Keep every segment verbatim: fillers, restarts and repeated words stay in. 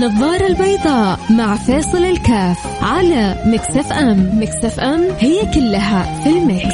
النظارة البيضاء مع فاصل الكاف على ميكس اف ام. ميكس اف ام هي كلها في الميكس.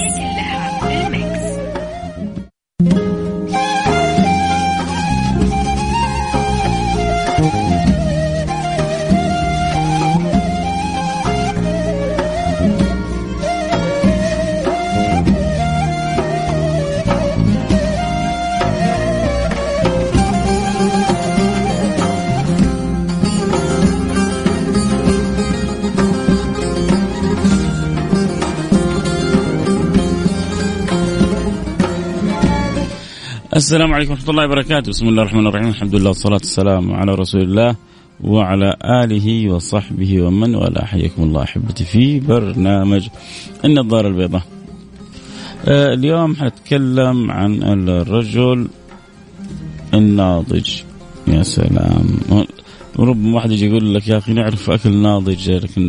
السلام عليكم ورحمة الله وبركاته. بسم الله الرحمن الرحيم. الحمد لله والصلاة والسلام على رسول الله وعلى آله وصحبه ومن والاه. حياكم الله أحبتي في برنامج النظارة البيضاء. آه اليوم حنتكلم عن الرجل الناضج. يا سلام، ربما واحد يجي يقول لك يا أخي نعرف أكل ناضج، لكن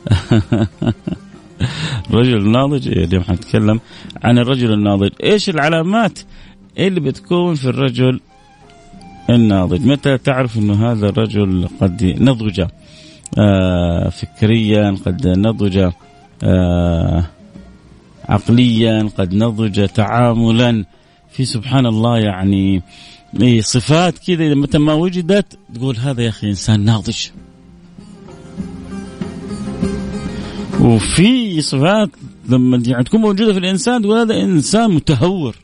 الرجل الناضج. اليوم حنتكلم عن الرجل الناضج. إيش العلامات اللي بتكون في الرجل الناضج؟ متى تعرف أنه هذا الرجل قد نضج آه فكريا، قد نضج آه عقليا، قد نضج تعاملا؟ في سبحان الله يعني صفات كذا متى ما وجدت تقول هذا يا أخي إنسان ناضج. وفي صفات لما يعني تكون موجودة في الإنسان تقول هذا إنسان متهور.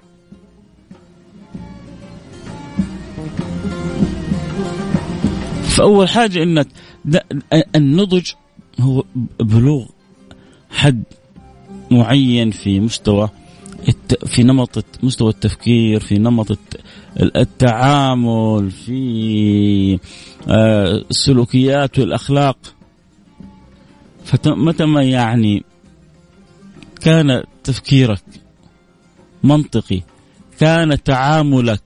فأول حاجة إنك النضج هو بلوغ حد معين في مستوى في نمط مستوى التفكير، في نمط التعامل، في السلوكيات والأخلاق. فمتى ما يعني كان تفكيرك منطقي، كان تعاملك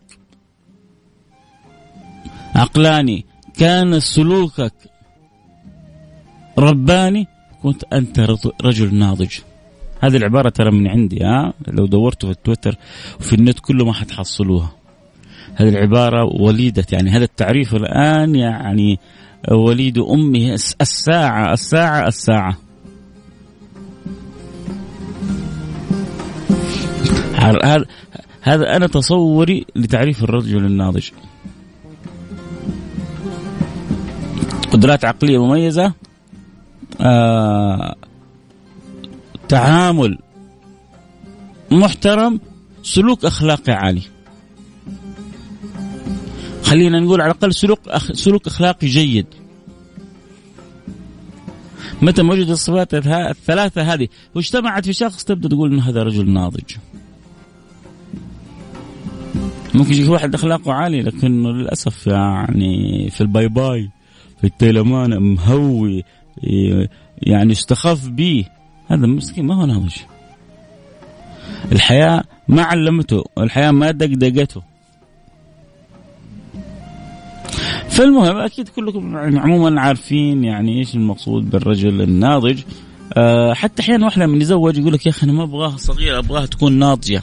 عقلاني، كان سلوكك رباني، كنت أنت رجل ناضج. هذه العبارة ترى من عندي، ها لو دورتوا في التويتر وفي النت كله ما حتحصلوها. هذه العبارة وليدة، يعني هذا التعريف الآن يعني وليد أمه الساعة الساعة الساعة. هذا هذا أنا تصوري لتعريف الرجل الناضج. قدرات عقلية مميزة، آه، تعامل محترم، سلوك أخلاقي عالي. خلينا نقول على الأقل سلوك أخ... سلوك أخلاقي جيد. متى موجود الصفات الثلاثة هذه واجتمعت في شخص تبدأ تقول إن هذا رجل ناضج. ممكن يجي واحد أخلاقه عالي لكنه للأسف يعني في الباي باي، في التيلمان، مهوي، يعني استخف به، هذا مسكين ما هو ناضج. الحياة ما علمته، الحياة ما دقدقته. فالمهم أكيد كلكم يعني عموما عارفين يعني إيش المقصود بالرجل الناضج. أه حتى أحيانا واحدة من يزوج يقول لك يا أخي أنا ما أبغاها صغيرة، أبغاها تكون ناضجة.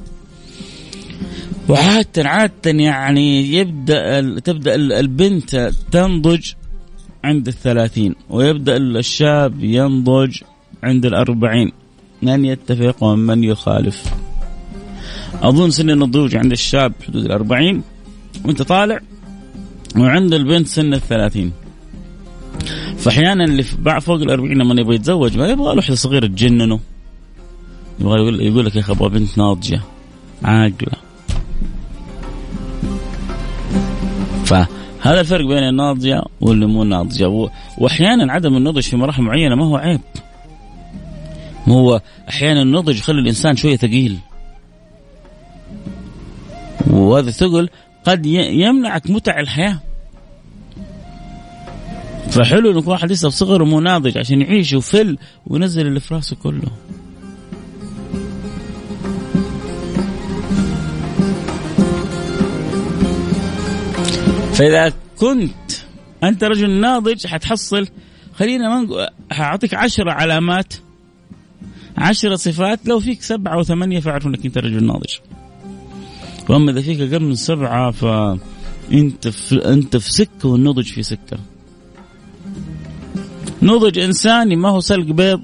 وعادة عادة يعني يبدأ تبدأ البنت تنضج عند الثلاثين، ويبدأ الشاب ينضج عند الأربعين. من يتفق ومن يخالف؟ أظن سن النضوج عند الشاب حدود الأربعين وانت طالع، وعند البنت سن الثلاثين. فأحيانا اللي فوق الأربعين لما يبغى يتزوج ما يبغى له واحدة صغيرة تجننه، يبغى يقول, يقول لك يا أخي أبغى بنت ناضجة عاقلة. فهذا الفرق بين الناضجة واللي مو ناضجة. وأحيانا عدم النضج في مراحل معينة ما هو عيب، ما هو أحيانا النضج يخلي الإنسان شوية ثقيل، وهذا الثقل قد يمنعك متع الحياة. فحلو إنك واحد لسه بصغر ومو ناضج عشان يعيش وفل وينزل اللي في راسه كله. فإذا كنت أنت رجل ناضج حتحصل، خلينا ما نقول هعطيك عشرة علامات، عشرة صفات، لو فيك سبعة وثمانية فاعرف أنك أنت رجل ناضج. وأما إذا فيك أقل من سبعة فأنت في أنت في سكة والنضج في سكة. نضج إنساني ما هو سلق بيض.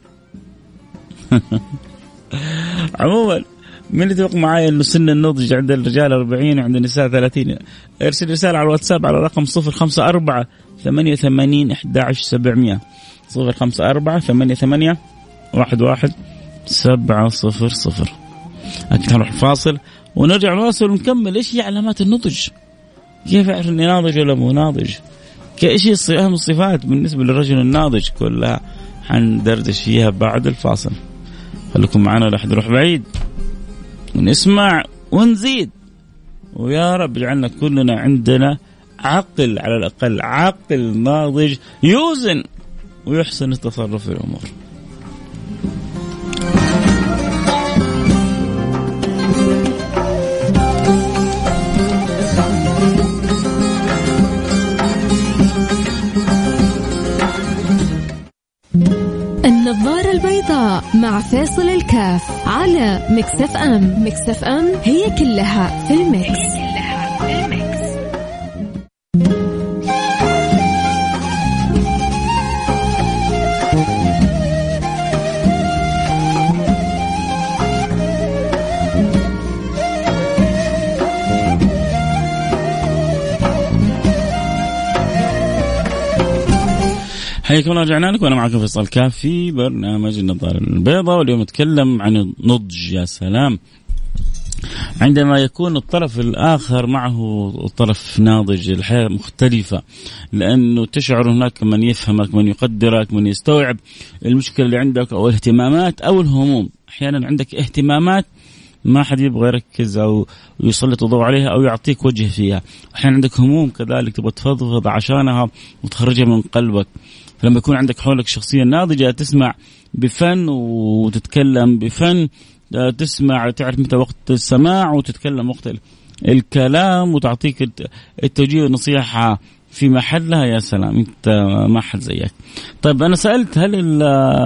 عموما من يتفق معي أنه سن النضج عند الرجال أربعين وعند النساء ثلاثين، ارسل رسالة على الواتساب على رقم صفر خمسة أربعة ثمانية ثمانين أحد عشر سبعمية، صفر خمسة أربعة ثمانية ثمانية واحد واحد سبعة صفر صفر. أكيد هنروح فاصل ونرجع نواصل ونكمل. إيش هي علامات النضج؟ كيف أعرف إني ناضج ولا مو ناضج؟ كإيش أهم الصفات بالنسبة للرجل الناضج؟ كلها حندردش فيها بعد الفاصل. خليكم معنا لا أحد يروح بعيد، ونسمع ونزيد، ويا رب يجعلنا كلنا عندنا عقل، على الأقل عقل ناضج يوزن ويحسن التصرف في الأمور. النظارة البيضاء مع فاصل الكاف على مكسف أم. مكسف أم هي كلها في المكس. حياكم الله، رجعنا لكم وانا معكم فيصل كاف في برنامج النظارة البيضاء، واليوم نتكلم عن النضج. يا سلام، عندما يكون الطرف الآخر معه طرف ناضج الحياة مختلفة، لأنه تشعر هناك من يفهمك، من يقدرك، من يستوعب المشكلة اللي عندك أو الاهتمامات أو الهموم. أحيانا عندك اهتمامات ما حد يبغى يركز أو يسلط الضوء عليها أو يعطيك وجه فيها، أحيانا عندك هموم كذلك تبغى تفضفض عشانها وتخرجها من قلبك. فلما يكون عندك حولك شخصية ناضجة تسمع بفن وتتكلم بفن، تسمع تعرف متى وقت السماع وتتكلم وقت الكلام، وتعطيك التوجيه والنصيحة في محلها. يا سلام، انت ما حد زيك. طيب أنا سألت هل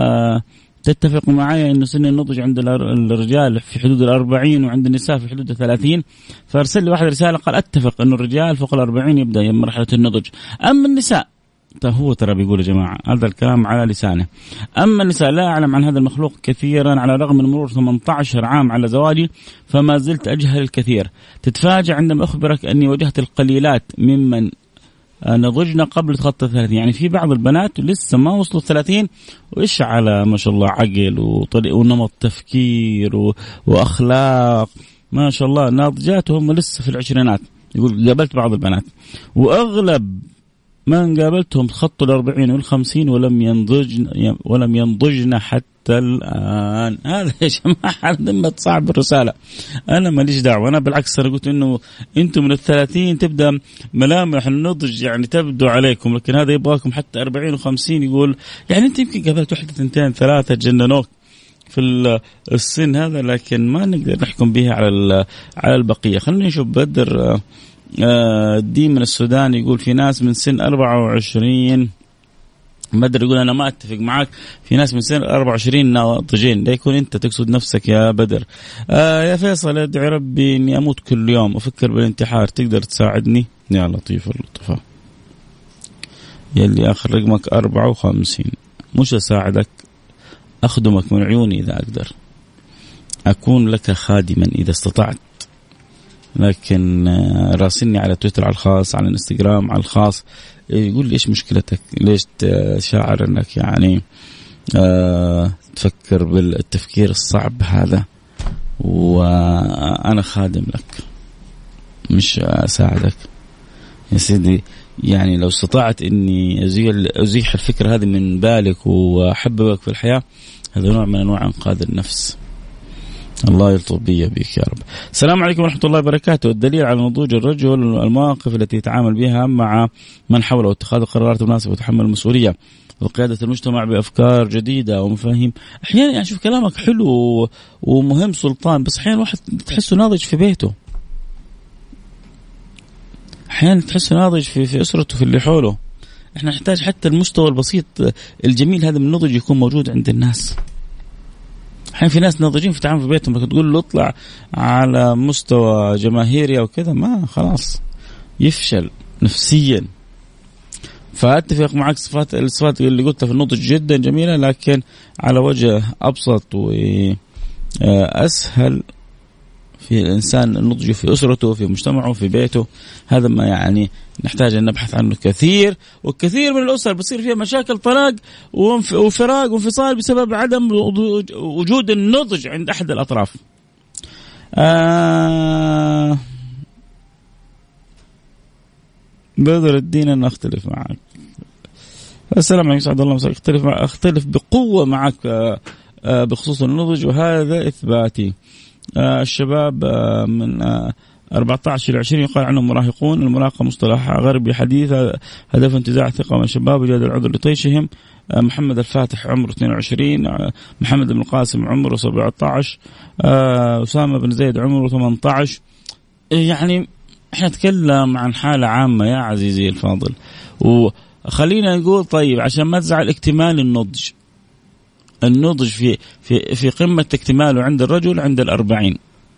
تتفق معي أنه سن النضج عند الرجال في حدود الأربعين وعند النساء في حدود الثلاثين؟ فأرسل لي واحد رسالة قال أتفق أنه الرجال فوق الأربعين يبدأ مرحلة النضج، أما النساء هو ترى بيقول يا جماعة هذا الكلام على لسانه، أما النساء لا أعلم عن هذا المخلوق كثيرا، على الرغم من مرور ثمانية عشر عام على زواجي فما زلت أجهل الكثير. تتفاجأ عندما أخبرك أني واجهت القليلات ممن نضجنا قبل خط الثلاثين. يعني في بعض البنات لسه ما وصلوا الثلاثين وإيش على ما شاء الله عقل وطريق ونمط تفكير وأخلاق ما شاء الله ناضجات، وهم لسه في العشرينات. يقول قابلت بعض البنات وأغلب ما قابلتهم خطوا الأربعين والخمسين ولم ينضجن ولم ينضجن حتى الآن. هذا يا جماعة لما تصعب الرسالة أنا ماليش دعوة. أنا بالعكس أنا قلت إنه أنتم من الثلاثين تبدأ ملامح النضج يعني تبدو عليكم، لكن هذا يبغاكم حتى أربعين وخمسين. يقول يعني أنت يمكن قابلت واحدة ثنتين ثلاثة جننوك في السن هذا، لكن ما نقدر نحكم بها على على البقية. خلينا نشوف. بدر الدين من السودان يقول في ناس من سن أربعة وعشرين. بدر يقول أنا ما أتفق معك، في ناس من سن أربعة وعشرين ناضجين. لا يكون أنت تقصد نفسك يا بدر. آه يا فيصل أدعي ربي إني أموت كل يوم، أفكر بالانتحار، تقدر تساعدني؟ يا لطيف اللطفة يلي آخر رقمك أربعة وخمسين، مش أساعدك، أخدمك من عيوني إذا أقدر، أكون لك خادما إذا استطعت، لكن راسلني على تويتر على الخاص، على الانستغرام على الخاص، يقول لي إيش مشكلتك، ليش شاعر أنك يعني أه تفكر بالتفكير الصعب هذا، وأنا خادم لك مش أساعدك يا سيدي. يعني لو استطعت إني أزيح الفكرة هذه من بالك وأحببك في الحياة، هذا نوع من أنواع إنقاذ النفس. الله يلطف بي بك يا رب. السلام عليكم ورحمة الله وبركاته. الدليل على نضوج الرجل المواقف التي يتعامل بها مع من حوله، واتخاذ قرارات مناسبة وتحمل المسؤولية، وقيادة المجتمع بأفكار جديدة ومفاهيم. أحيانا يعني شوف كلامك حلو ومهم سلطان، بس أحيانا واحد تحسه ناضج في بيته، أحيانا تحسه ناضج في في أسرته في اللي حوله. إحنا نحتاج حتى المستوى البسيط الجميل هذا من النضج يكون موجود عند الناس. حين في ناس ناضجين في تعامل في بيتهم، لكن تقول له اطلع على مستوى جماهيري أو كذا، ما خلاص يفشل نفسيا. فأتفق معك صفات الصفات اللي قلتها في النضج جدا جميلة، لكن على وجه أبسط وأسهل في الإنسان النضج في أسرته، في مجتمعه، في بيته. هذا ما يعني نحتاج أن نبحث عنه كثير. والكثير من الأسر بصير فيها مشاكل طلاق وفراق وانفصال بسبب عدم وجود النضج عند أحد الأطراف. آه بدر الدين أن أختلف معك. السلام عليكم، سعد الله مساك. أختلف مع أختلف بقوة معك بخصوص النضج، وهذا إثباتي. الشباب من أربعة عشر إلى عشرين يقال عنهم مراهقون. المراهقة مصطلح غربي حديث هدف انتزاع ثقة من الشباب وجاد العذر لطيشهم. محمد الفاتح عمره اثنين وعشرين، محمد بن القاسم عمره سبعة عشر، أسامة بن زيد عمره ثمانية عشر. يعني احنا نتكلم عن حالة عامة يا عزيزي الفاضل. وخلينا نقول طيب عشان ما تزعل، اكتمال النضج النضج في في في قمة اكتماله عند الرجل عند الأربعين.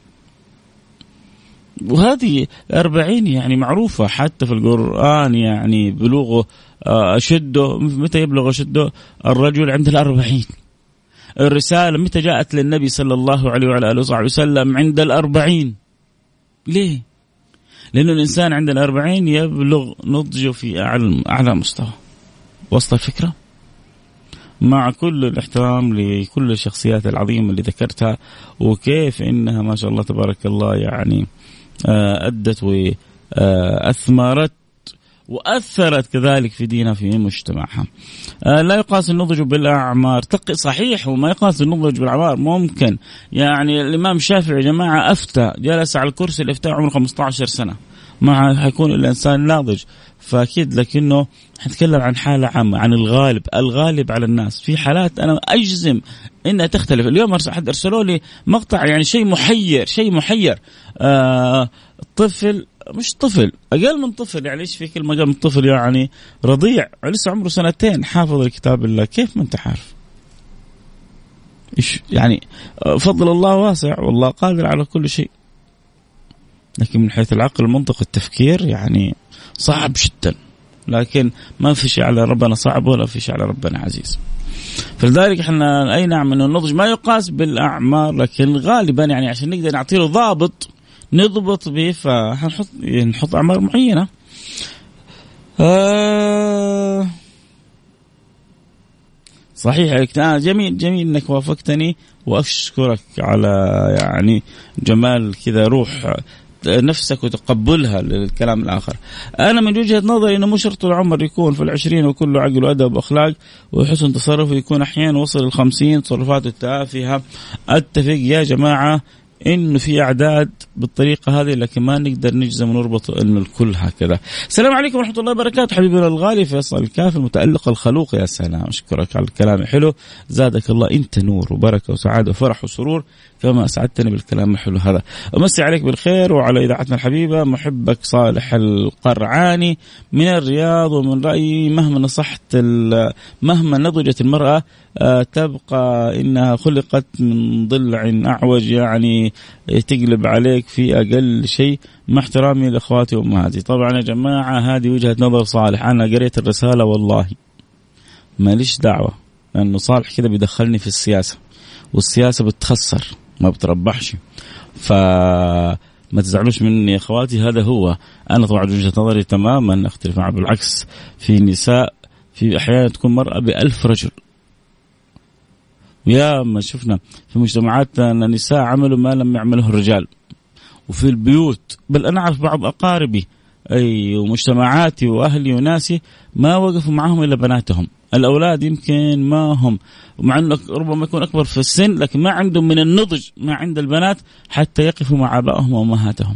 وهذه أربعين يعني معروفة حتى في القرآن، يعني بلوغه أشده. متى يبلغ أشده الرجل؟ عند الأربعين. الرسالة متى جاءت للنبي صلى الله عليه وعلى آله وصحبه وسلم؟ عند الأربعين. ليه؟ لأنه الإنسان عند الأربعين يبلغ نضجه في أعلى أعلى مستوى. وصل الفكرة؟ مع كل الاحترام لكل الشخصيات العظيمة اللي ذكرتها، وكيف إنها ما شاء الله تبارك الله يعني أدت وأثمرت وأثرت كذلك في دينها في مجتمعها. لا يقاس النضج بالأعمار. صحيح، وما يقاس النضج بالأعمار ممكن. يعني الإمام الشافعي يا جماعة أفتى، جلس على الكرسي الإفتاء عمره خمسة عشر سنة، ما حيكون الإنسان ناضج. فأكيد لكنه حنتكلم عن حالة عامة، عن الغالب الغالب على الناس. في حالات أنا أجزم إنها تختلف. اليوم أحد أرسلوا لي مقطع يعني شيء محير شيء محير آه طفل، مش طفل، أقل من طفل، يعني إيش في كلمة أقل من طفل؟ يعني رضيع لسه عمره سنتين، حافظ الكتاب الله. كيف ما أنت عارف إيش يعني؟ فضل الله واسع والله قادر على كل شيء، لكن من حيث العقل المنطق التفكير يعني صعب جدا. لكن ما في شيء على ربنا صعب ولا في شيء على ربنا عزيز. فلذلك احنا أي نعم أن النضج ما يقاس بالأعمار، لكن غالبا يعني عشان نقدر نعطيه ضابط نضبط به فهنحط نحط أعمار معينة. آه صحيح. جميل جميل انك وافقتني، واشكرك على يعني جمال كذا روح نفسك وتقبلها للكلام الآخر. أنا من وجهة نظري إنه مش شرط العمر يكون في العشرين وكله عقل وأدب وأخلاق وحسن تصرف، يكون أحيانا وصل الخمسين تصرفاته التافهة. أتفق يا جماعة إنه في أعداد بالطريقة هذه، لكن ما نقدر نجزم ونربط إنه الكل هكذا. السلام عليكم ورحمة الله وبركاته. حبيبنا الغالي فيصل الكاف المتألق الخلوق، يا سلام، أشكرك على الكلام الحلو، زادك الله أنت نور وبركة وسعادة وفرح وسرور كما أسعدتني بالكلام الحلو هذا. أمسي عليك بالخير وعلى إذاعتنا الحبيبة. محبك صالح القرعاني من الرياض. ومن رأيي مهما نصحت مهما نضجت المرأة تبقى إنها خلقت من ضلع أعوج، يعني تقلب عليك في أقل شيء، مع احترامي لأخواتي وأمهاتي. طبعا يا جماعة هذه وجهة نظر صالح، أنا قريت الرسالة والله ماليش دعوة، لأنه صالح كده بيدخلني في السياسة، والسياسة بتخسر ما بتربحش، فما تزعلوش مني يا أخواتي. هذا هو أنا طبعا وجهة نظري تماما أختلف معه. بالعكس، في نساء في أحيانا تكون مرأة بألف رجل، ويا ما شفنا في مجتمعاتنا نساء عملوا ما لم يعمله الرجال، وفي البيوت. بل أنا أعرف بعض أقاربي أي ومجتمعاتي وأهلي وناسي ما وقفوا معهم إلا بناتهم. الأولاد يمكن ما هم، مع أنه ربما يكون أكبر في السن، لكن ما عندهم من النضج ما عند البنات حتى يقفوا مع آبائهم وأمهاتهم.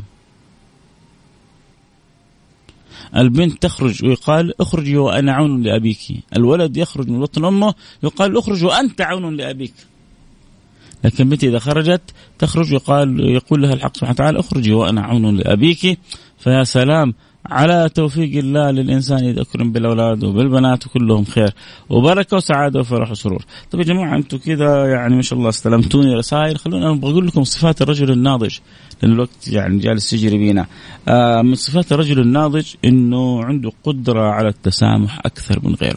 البنت تخرج ويقال اخرجي وأنا عون لأبيك، الولد يخرج من بطن أمه يقال اخرج وأنت عون لأبيك. لكن بنتي إذا خرجت تخرج يقال يقول لها الحق سبحانه وتعالى اخرجي وأنا عون لأبيك. فيا سلام على توفيق الله للإنسان يذكرهم بالأولاد وبالبنات وكلهم خير وبركة وسعادة وفرح وسرور. طيب يا جماعة أنتم كذا يعني ما شاء الله استلمتوني رسائل، خلونا أنا بقول لكم صفات الرجل الناضج لأن الوقت يعني جالس يجري بينا. آه من صفات الرجل الناضج إنه عنده قدرة على التسامح أكثر من غيره،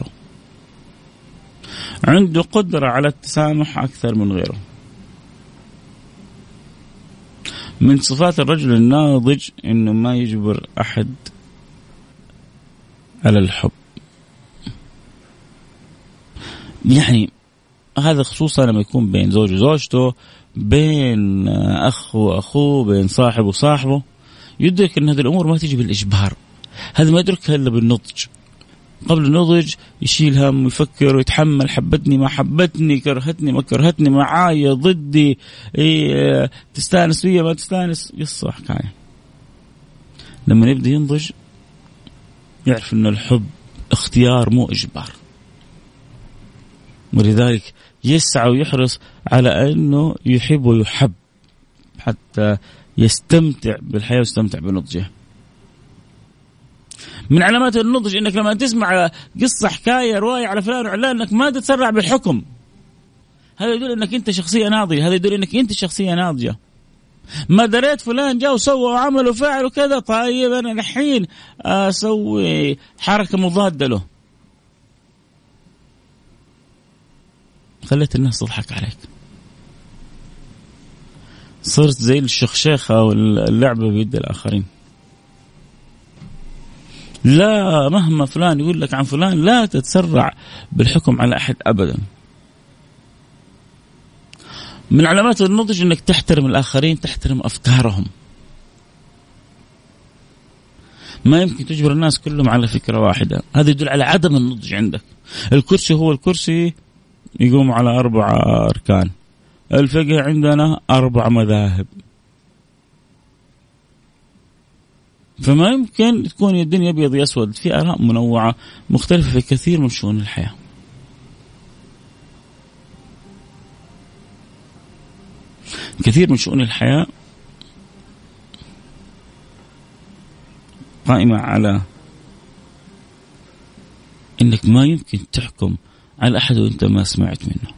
عنده قدرة على التسامح أكثر من غيره. من صفات الرجل الناضج إنه ما يجبر أحد على الحب. يعني هذا خصوصا لما يكون بين زوج وزوجته، بين أخ وأخوه، بين صاحب وصاحبه، يدرك أن هذه الأمور ما تجي بالإجبار. هذا ما يدركها إلا بالنضج. قبل النضج يشيل هم ويفكر ويتحمل، حبتني ما حبتني، كرهتني ما كرهتني، معايا ضدي، إيه تستانس فيها ما تستانس، قصة حكاية. لما يبدأ ينضج يعرف أن الحب اختيار مو إجبار، ولذلك يسعى ويحرص على أنه يحب ويحب حتى يستمتع بالحياة ويستمتع بنضجه. من علامات النضج انك لما تسمع قصة حكاية رواية على فلان وعلان انك ما تتسرع بالحكم. هذا يدل انك انت شخصية ناضجة، هذا يدل انك انت شخصية ناضجة. ما دريت فلان جاء وسوى وعمل وفعل وكذا، طيب انا الحين اسوي حركة مضادة له، خليت الناس تضحك عليك، صرت زي الشخشيخة واللعبة بيد الآخرين. لا، مهما فلان يقول لك عن فلان لا تتسرع بالحكم على أحد أبدا. من علامات النضج أنك تحترم الآخرين، تحترم أفكارهم. ما يمكن تجبر الناس كلهم على فكرة واحدة، هذا يدل على عدم النضج عندك. الكرسي هو الكرسي يقوم على أربع أركان، الفقه عندنا أربع مذاهب، فما يمكن تكون الدنيا أبيض يسود، في آراء منوعة مختلفة في كثير من شؤون الحياة. كثير من شؤون الحياة قائمة على إنك ما يمكن تحكم على أحد وإنت ما سمعت منه.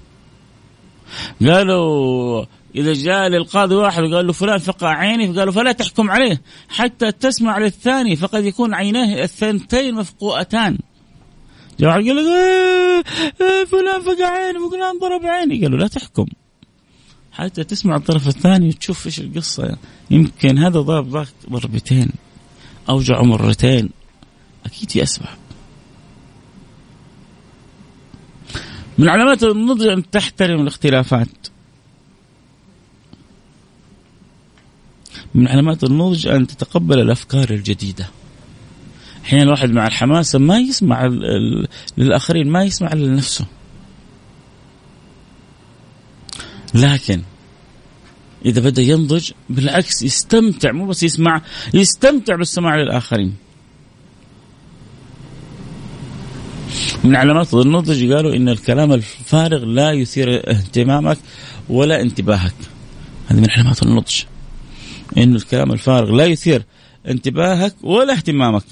قالوا إذا جاء للقاضي واحد وقال له فلان فقع عيني، فقالوا فلا تحكم عليه حتى تسمع للثاني، فقد يكون عيناه الثنتين مفقوءتان. جاء واحد قال له إيه إيه فلان فقع عيني وفلان ضرب عيني، قالوا لا تحكم حتى تسمع الطرف الثاني وتشوف إيش القصة. يعني يمكن هذا ضرب ذاك ضربتين، أوجعه مرتين، أكيد في أسباب. من علامات النضج أن تحترم الاختلافات. من علامات النضج أن تتقبل الأفكار الجديدة. أحيانا الواحد مع الحماسة ما يسمع للآخرين، ما يسمع لنفسه، لكن إذا بدأ ينضج بالعكس يستمتع، مو بس يسمع، يستمتع بالسماع للآخرين. من علامات النضج قالوا إن الكلام الفارغ لا يثير اهتمامك ولا انتباهك. هذه من علامات النضج، إن الكلام الفارغ لا يثير انتباهك ولا اهتمامك.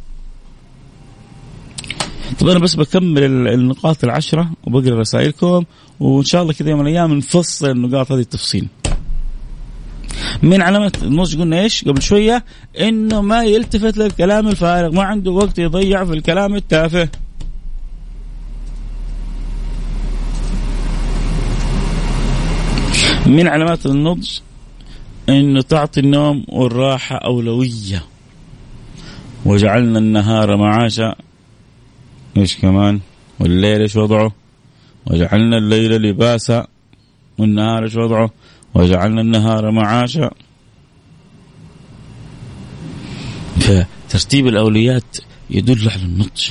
طب أنا بس بكمل النقاط العشرة وبقرأ رسائلكم، وإن شاء الله كذا يوم من الأيام نفصل النقاط هذه التفصيل. من علامات النضج قلنا إيش قبل شوية؟ إنه ما يلتفت للكلام الفارغ، ما عنده وقت يضيع في الكلام التافه. من علامات النضج إنه تعطي النوم والراحة أولوية. وجعلنا النهار معاشا، إيش كمان؟ والليل إيش وضعه؟ وجعلنا الليل لباسا والنهار إيش وضعه؟ وجعلنا النهار معاشا. فترتيب الأولويات يدل على النضج.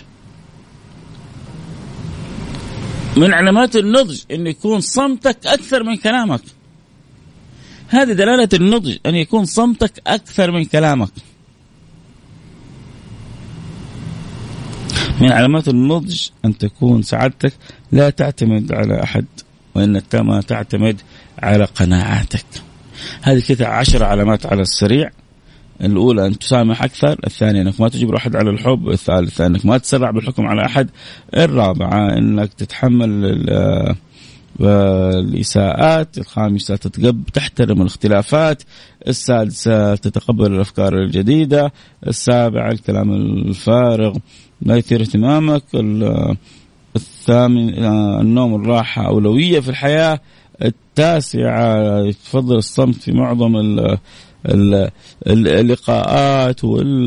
من علامات النضج إن يكون صمتك أكثر من كلامك. هذه دلالة النضج، أن يكون صمتك أكثر من كلامك. من علامات النضج أن تكون سعادتك لا تعتمد على أحد، وإنما تعتمد على قناعاتك. هذه كده عشر علامات على السريع الأولى أن تسامح أكثر، الثانية أنك ما تجبر أحد على الحب، الثالثة أنك ما تسرع بالحكم على أحد، الرابعة أنك تتحمل الإساءات، الخامسة تتقبل تحترم الاختلافات، السادسة تتقبل الأفكار الجديدة، السابعة الكلام الفارغ لا يثير اهتمامك، الثامن النوم والراحة أولوية في الحياة، التاسعة تفضل الصمت في معظم ال ال اللقاءات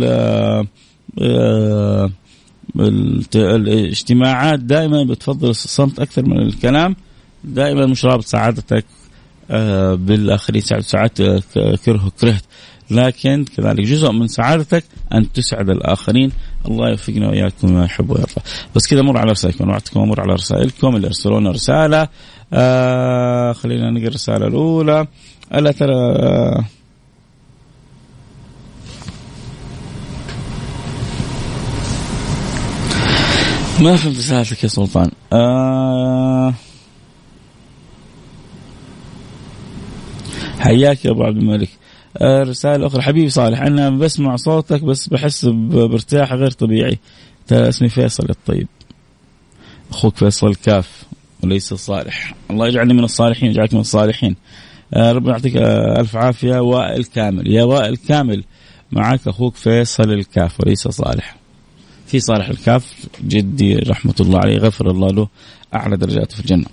والاجتماعات، دائما بتفضل الصمت أكثر من الكلام، دائما مش رابط سعادتك بالآخرين، ساعات كره كرهت، لكن كذلك جزء من سعادتك أن تسعد الآخرين. الله يوفقنا وإياكم ما يحب ويرضى. بس كذا مر على رسائلكم، وعدتكم أمر على رسائلكم اللي أرسلونا رسالة. آه خلينا نقرأ الرسالة الأولى. ألا ترى آه ما فهمت رسالتك يا سلطان. آه حياك يا أبو عبد الملك. آه رسالة أخرى. حبيبي صالح، أنا بسمع صوتك بس بحس بارتياح غير طبيعي. اسمي فيصل الطيب، أخوك فيصل كاف وليس صالح. الله يجعلني من الصالحين ويجعلك من الصالحين. آه ربنا يعطيك آه ألف عافية. وائل كامل، يا وائل كامل معك أخوك فيصل الكاف وليس صالح. في صالح الكاف جدي رحمة الله عليه، غفر الله له، أعلى درجاته في الجنة.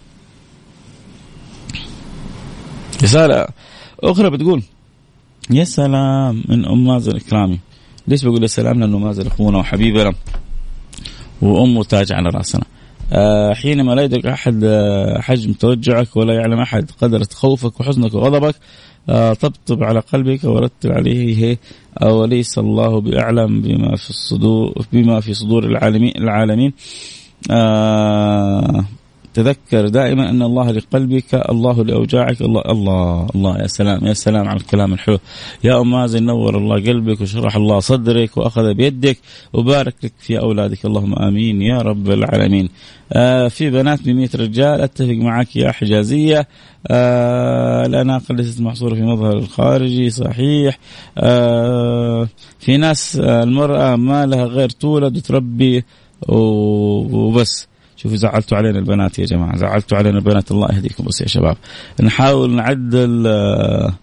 رسالة أخرى بتقول يا سلام من أم مازن إكرامي. ليش بقول يا سلام؟ لأنه مازن أخونا وحبيبنا وأمه تاج على رأسنا. أه حينما لا يدرك أحد حجم توجعك ولا يعلم أحد قدر خوفك وحزنك وغضبك، أه طبطب على قلبك ورتل عليه، أوليس الله بأعلم بما في الصدور بما في صدور العالمين العالمين. أه تذكر دائما أن الله لقلبك، الله لأوجاعك. الله الله الله يا سلام يا سلام على الكلام الحلو يا أم مازن. نور الله قلبك وشرح الله صدرك وأخذ بيدك وبارك لك في أولادك، اللهم آمين يا رب العالمين. آه في بنات بمية رجال، أتفق معك يا حجازية. آه الأناقة ليست محصورة في مظهر الخارجي، صحيح. آه في ناس آه المرأة ما لها غير تولد وتربي وبس. شوفوا زعلتوا علينا البنات يا جماعة، زعلتوا علينا البنات، الله يهديكم. بس يا شباب نحاول نعدل آه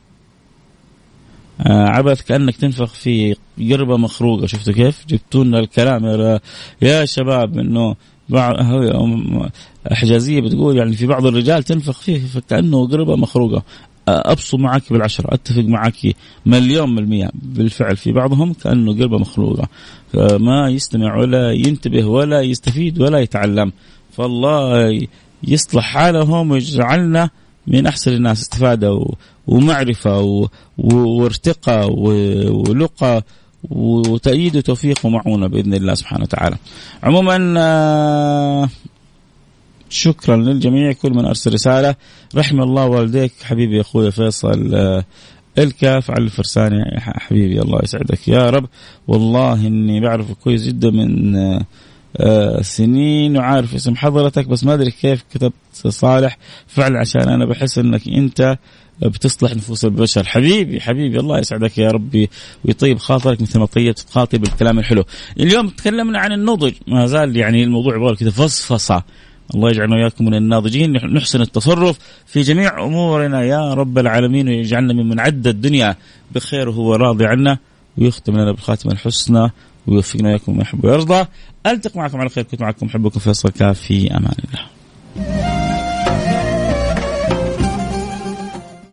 عبث كأنك تنفخ في قربة مخروقة. شفتوا كيف جبتونا الكلام يا, يا شباب؟ إنه بعض حجازية بتقول يعني في بعض الرجال تنفخ فيه كأنه قربة مخروقة. أبصوا معك بالعشرة، أتفق معك مليون بالمية. بالفعل في بعضهم كأنه قلبه مخلوقة، ما يستمع ولا ينتبه ولا يستفيد ولا يتعلم. فالله يصلح حالهم ويجعلنا من أحسن الناس استفادة ومعرفة وارتقاء ولقى وتأييد وتوفيق ومعونة بإذن الله سبحانه وتعالى. عموما شكرا للجميع، كل من أرسل رسالة. رحم الله والديك حبيبي يا أخوي فيصل الكاف على الفرساني حبيبي، الله يسعدك يا رب. والله إني بعرف كويس جدا من سنين وعارف اسم حضرتك، بس ما أدري كيف كتبت صالح فعلا، عشان أنا بحس أنك أنت بتصلح نفوس البشر. حبيبي حبيبي الله يسعدك يا ربي ويطيب خاطرك مثل ما طيبت خاطري بالكلام الحلو. اليوم تكلمنا عن النضج، ما زال يعني الموضوع يبغى كذا فصفصة. الله يجعلنا وياكم من الناضجين، نحسن التصرف في جميع أمورنا يا رب العالمين، ويجعلنا ممن عد الدنيا بخير وهو راضي عنا، ويختم لنا بالخاتمة الحسنى، ويوفقنا وياكم ما يحب ويرضى. ألتقي معكم على خير. كنت معكم حبكم فيصل كاف، في أمان الله.